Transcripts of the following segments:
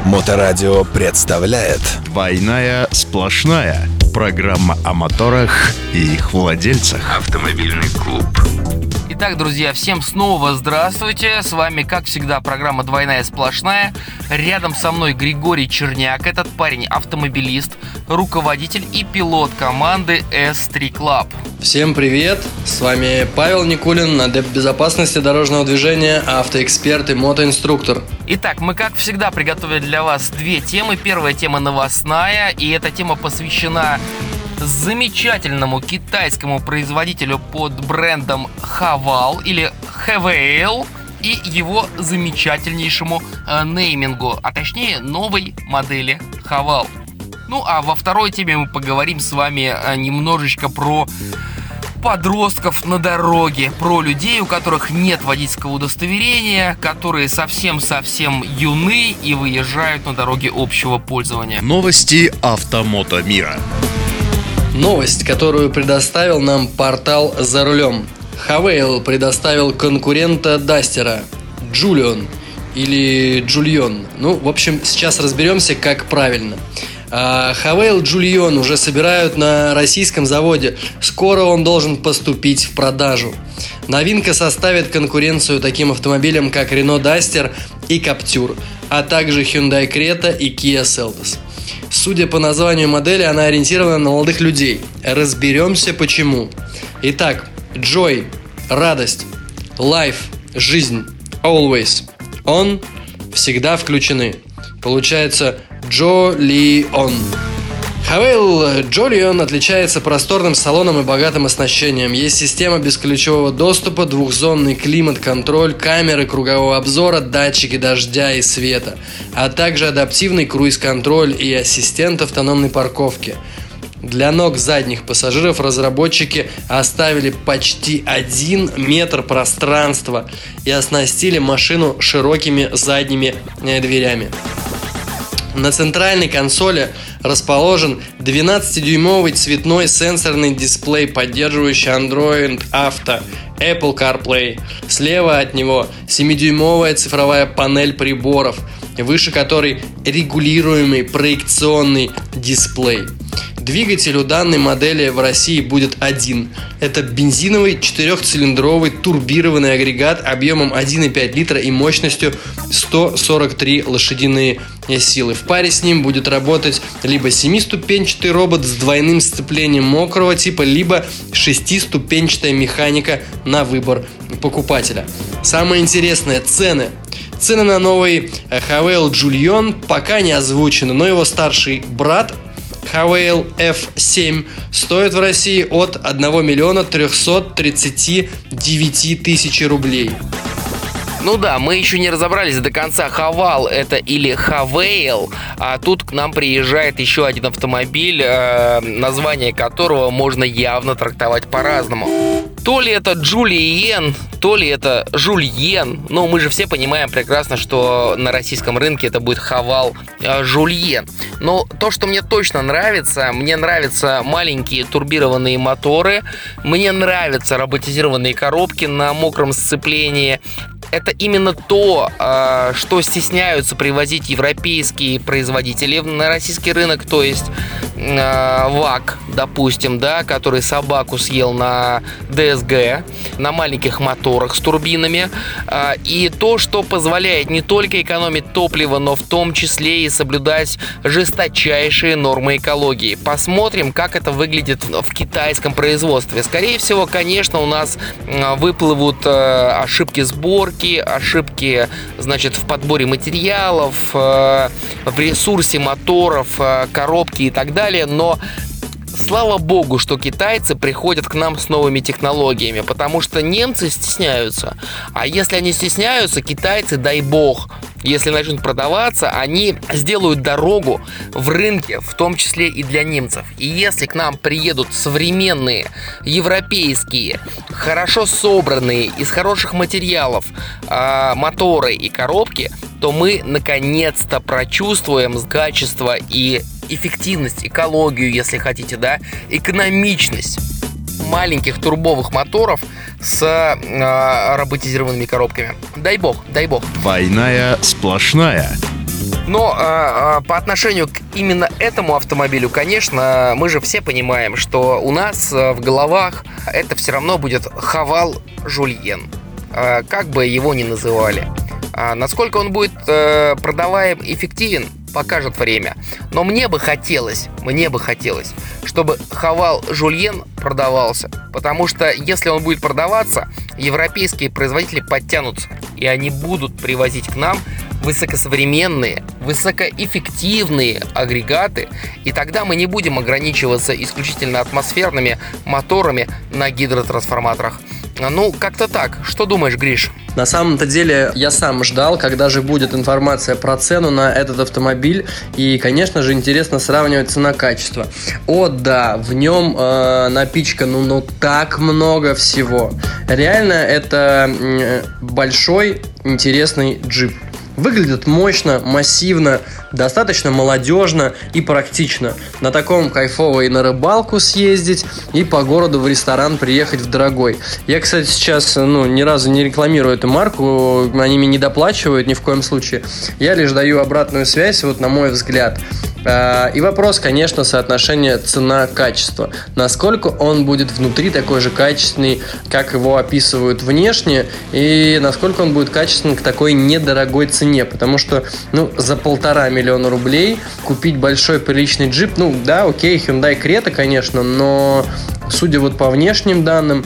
Моторадио представляет «Двойная сплошная». Программа о моторах и их владельцах. Автомобильный клуб. Итак, друзья, всем снова здравствуйте. С вами, как всегда, программа «Двойная сплошная». Рядом со мной Григорий Черняк. Этот парень автомобилист, руководитель и пилот команды S3 Club. Всем привет! С вами Павел Никулин, адепт безопасности дорожного движения, автоэксперт и мотоинструктор. Итак, мы, как всегда, приготовили для вас две темы. Первая тема новостная, и эта тема посвящена замечательному китайскому производителю под брендом Haval или Havail и его замечательнейшему неймингу, а точнее новой модели Haval. Ну а во второй теме мы поговорим с вами немножечко про подростков на дороге, про людей, у которых нет водительского удостоверения, которые совсем-совсем юны и выезжают на дороге общего пользования. Новости автомото мира. Новость, которую предоставил нам портал «За рулем». Havail предоставил конкурента Дастера Julion или Julion. Ну, в общем, сейчас разберемся, как правильно. Havail Julion уже собирают на российском заводе. Скоро он должен поступить в продажу. Новинка составит конкуренцию таким автомобилям, как Renault Duster и Captur, а также Hyundai Creta и Kia Seltos. Судя по названию модели, она ориентирована на молодых людей. Разберемся почему. Итак, Joy – радость, Life – жизнь, Always – on – всегда включены. Получается Jolion. Havail Jolion отличается просторным салоном и богатым оснащением. Есть система бесключевого доступа, двухзонный климат-контроль, камеры кругового обзора, датчики дождя и света, а также адаптивный круиз-контроль и ассистент автономной парковки. Для ног задних пассажиров разработчики оставили почти 1 метр пространства и оснастили машину широкими задними дверями. На центральной консоли расположен 12-дюймовый цветной сенсорный дисплей, поддерживающий Android Auto, Apple CarPlay. Слева от него 7-дюймовая цифровая панель приборов, выше которой регулируемый проекционный дисплей. Двигатель у данной модели в России будет один. Это бензиновый 4-цилиндровый турбированный агрегат объемом 1,5 литра и мощностью 143 лошадиные силы. В паре с ним будет работать либо 7-ступенчатый робот с двойным сцеплением мокрого типа, либо 6-ступенчатая механика на выбор покупателя. Самое интересное – цены. Цены на новый Havail Julion пока не озвучены, но его старший брат Havail F7 стоит в России от 1 339 тысяч рублей. Ну да, мы еще не разобрались до конца, Haval это или Havail, а тут к нам приезжает еще один автомобиль, название которого можно явно трактовать по-разному. То ли это Julian, то ли это Жульен, но мы же все понимаем прекрасно, что на российском рынке это будет Haval Жульен. Но то, что мне точно нравится, мне нравятся маленькие турбированные моторы, мне нравятся роботизированные коробки на мокром сцеплении. Это именно то, что стесняются привозить европейские производители на российский рынок, то есть ВАК, допустим, да, который собаку съел на ДСГ, на маленьких моторах с турбинами, и то, что позволяет не только экономить топливо, но в том числе и соблюдать жесточайшие нормы экологии. Посмотрим, как это выглядит в китайском производстве. Скорее всего, конечно, у нас выплывут ошибки сборки, ошибки, значит, в подборе материалов, в ресурсе моторов, коробки и так далее, но слава богу, что китайцы приходят к нам с новыми технологиями, потому что немцы стесняются. А если они стесняются, китайцы, дай бог, если начнут продаваться, они сделают дорогу в рынке, в том числе и для немцев. И если к нам приедут современные, европейские, хорошо собранные, из хороших материалов моторы и коробки, то мы наконец-то прочувствуем качество и эффективность, экологию, если хотите, да, экономичность маленьких турбовых моторов с роботизированными коробками. Дай бог, дай бог. Двойная сплошная. Но по отношению к именно этому автомобилю, конечно, мы же все понимаем, что у нас в головах это все равно будет Haval Julien, как бы его ни называли. Насколько он будет продаваем, эффективен, покажет время. Но мне бы хотелось, чтобы Haval Julien продавался. Потому что если он будет продаваться, европейские производители подтянутся. И они будут привозить к нам высокосовременные, высокоэффективные агрегаты. И тогда мы не будем ограничиваться исключительно атмосферными моторами на гидротрансформаторах. Ну, как-то так. Что думаешь, Гриш? На самом-то деле я сам ждал, когда же будет информация про цену на этот автомобиль. И, конечно же, интересно сравнивать цена-качество. О да, в нем напичкано так много всего. Реально это большой интересный джип. Выглядит мощно, массивно, достаточно молодежно и практично. На таком кайфово и на рыбалку съездить, и по городу в ресторан приехать в дорогой. Я, кстати, сейчас ни разу не рекламирую эту марку, они мне не доплачивают ни в коем случае. Я лишь даю обратную связь, на мой взгляд. И вопрос, конечно, соотношение цена-качество. Насколько он будет внутри такой же качественный, как его описывают внешне, и насколько он будет качественный к такой недорогой цене. Потому что, за 1,5 миллиона рублей купить большой приличный джип, окей, Hyundai Creta, конечно, но судя по внешним данным,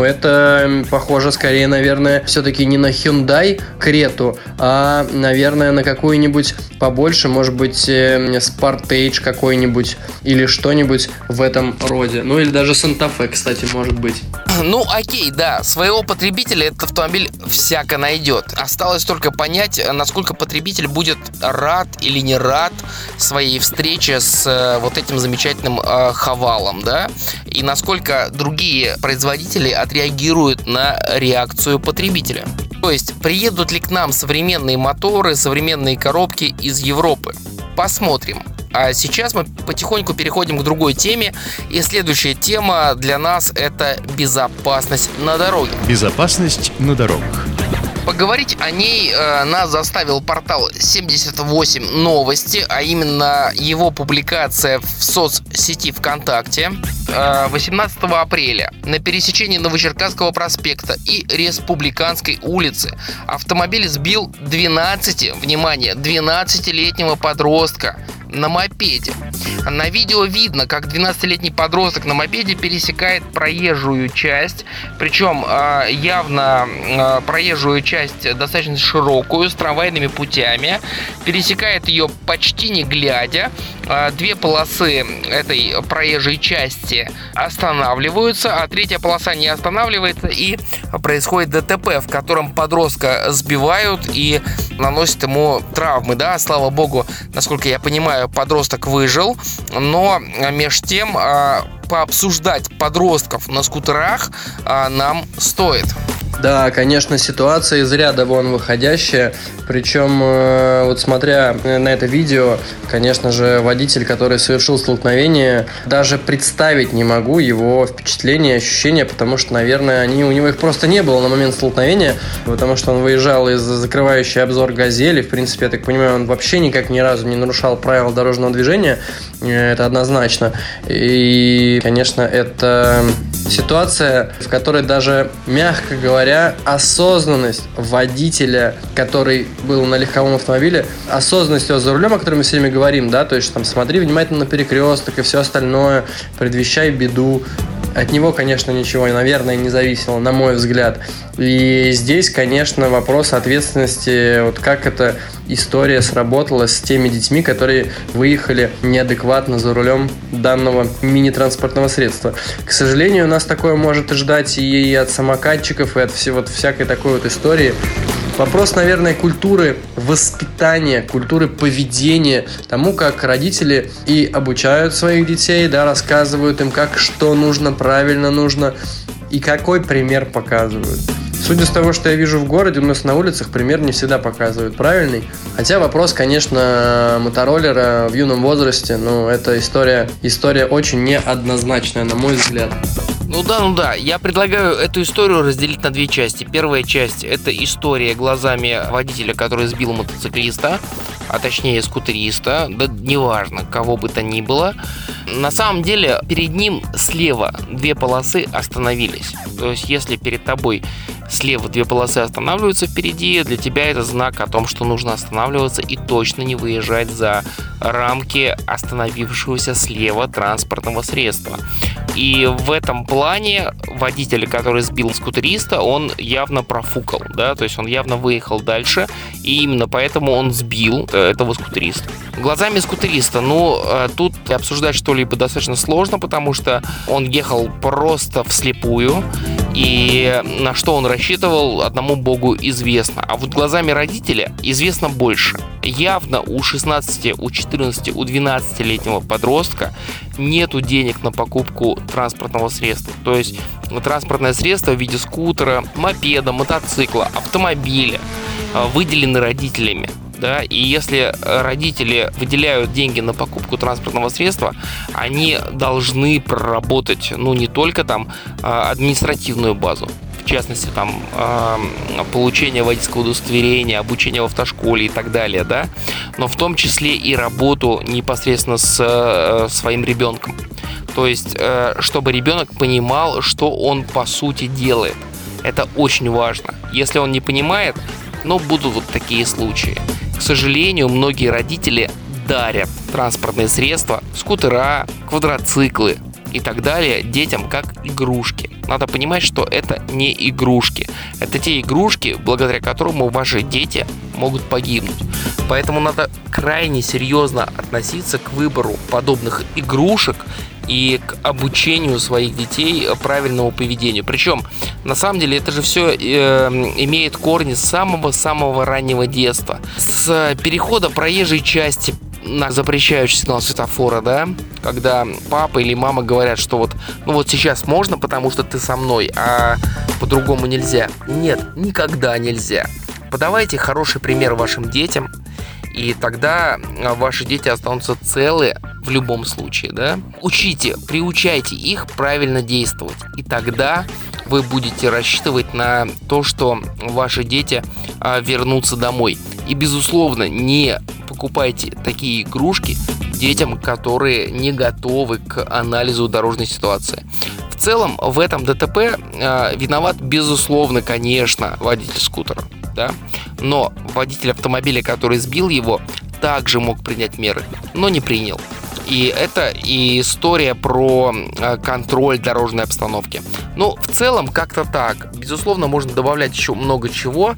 это похоже скорее, наверное, все-таки не на Hyundai Creta, а, наверное, на какую-нибудь побольше, может быть, Sportage какой-нибудь или что-нибудь в этом роде. Или даже Santa Fe, кстати, может быть. Окей, да, своего потребителя этот автомобиль всяко найдет. Осталось только понять, насколько потребитель будет рад или не рад своей встрече с этим замечательным Хавалом, да, и насколько другие производители отреагируют на реакцию потребителя. То есть, приедут ли к нам современные моторы, современные коробки из Европы? Посмотрим. А сейчас мы потихоньку переходим к другой теме. И следующая тема для нас — это безопасность на дороге. Безопасность на дорогах. Поговорить о ней нас заставил портал 78 новости, а именно его публикация в соцсети ВКонтакте. 18 апреля на пересечении Новочеркасского проспекта и Республиканской улицы автомобиль сбил 12-летнего подростка на мопеде. На видео видно, как 12-летний подросток на мопеде пересекает проезжую часть, причем явно проезжую часть достаточно широкую, с трамвайными путями, пересекает ее почти не глядя. Две полосы этой проезжей части останавливаются, а третья полоса не останавливается, и происходит ДТП, в котором подростка сбивают и наносят ему травмы, да, слава богу, насколько я понимаю, подросток выжил, но меж тем пообсуждать подростков на скутерах нам стоит. Да, конечно, ситуация из ряда вон выходящая. Причем, смотря на это видео, конечно же, водитель, который совершил столкновение, даже представить не могу его впечатления, ощущения, потому что, наверное, у него их просто не было на момент столкновения, потому что он выезжал из закрывающей обзор «Газели». В принципе, я так понимаю, он вообще никак ни разу не нарушал правила дорожного движения. Это однозначно. И, конечно, это ситуация, в которой даже, мягко говоря, осознанность водителя, который был на легковом автомобиле, осознанность за рулем, о которой мы все время говорим, да, то есть смотри внимательно на перекресток и все остальное, предвещай беду. От него, конечно, ничего, наверное, не зависело, на мой взгляд. И здесь, конечно, вопрос ответственности, как эта история сработала с теми детьми, которые выехали неадекватно за рулем данного мини-транспортного средства. К сожалению, у нас такое может и ждать и от самокатчиков, и от всякой такой истории. Вопрос, наверное, культуры воспитания, культуры поведения, тому, как родители и обучают своих детей, да, рассказывают им, что нужно, правильно нужно, и какой пример показывают. Судя с того, что я вижу в городе, у нас на улицах пример не всегда показывают правильный. Хотя вопрос, конечно, мотороллера в юном возрасте, это история очень неоднозначная, на мой взгляд. Ну да, я предлагаю эту историю разделить на две части. Первая часть — это история глазами водителя, который сбил мотоциклиста. а точнее скутериста, да неважно, кого бы то ни было, на самом деле перед ним слева 2 полосы остановились. То есть если перед тобой слева 2 полосы останавливаются впереди, для тебя это знак о том, что нужно останавливаться и точно не выезжать за рамки остановившегося слева транспортного средства. И в этом плане водитель, который сбил скутериста, он явно профукал, да, то есть он явно выехал дальше, и именно поэтому он сбил этого скутериста. Глазами скутериста, тут обсуждать что-либо достаточно сложно, потому что он ехал просто вслепую, и на что он рассчитывал, одному богу известно. А вот глазами родителя известно больше. Явно у 16, у 14, у 12-летнего подростка нету денег на покупку транспортного средства. То есть транспортное средство в виде скутера, мопеда, мотоцикла, автомобиля выделены родителями. Да, и если родители выделяют деньги на покупку транспортного средства, они должны проработать, не только там административную базу, в частности, там получение водительского удостоверения, обучение в автошколе и так далее, да, но в том числе и работу непосредственно с своим ребенком. То есть, чтобы ребенок понимал, что он по сути делает. Это очень важно. Если он не понимает, будут вот такие случаи. К сожалению, многие родители дарят транспортные средства, скутера, квадроциклы и так далее детям как игрушки. Надо понимать, что это не игрушки. Это те игрушки, благодаря которым ваши дети могут погибнуть. Поэтому надо крайне серьезно относиться к выбору подобных игрушек и к обучению своих детей правильному поведению. Причем, на самом деле, это же все имеет корни с самого-самого раннего детства. С перехода проезжей части на запрещающий сигнал светофора, да, когда папа или мама говорят, что вот сейчас можно, потому что ты со мной, а по-другому нельзя. Нет, никогда нельзя. Подавайте хороший пример вашим детям, и тогда ваши дети останутся целы в любом случае, да. Приучайте их правильно действовать, и тогда вы будете рассчитывать на то, что ваши дети вернутся домой. И, безусловно, не покупайте такие игрушки детям, которые не готовы к анализу дорожной ситуации. В целом, в этом ДТП виноват, безусловно, конечно, водитель скутера, да? Но водитель автомобиля, который сбил его, также мог принять меры, но не принял. И это и история про контроль дорожной обстановки. В целом, как-то так. Безусловно, можно добавлять еще много чего.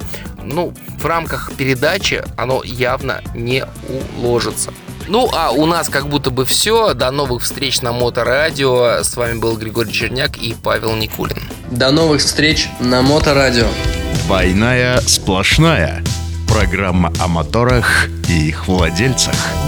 В рамках передачи оно явно не уложится. А у нас как будто бы все. До новых встреч на Моторадио. С вами был Григорий Черняк и Павел Никулин. До новых встреч на Моторадио. Двойная сплошная. Программа о моторах и их владельцах.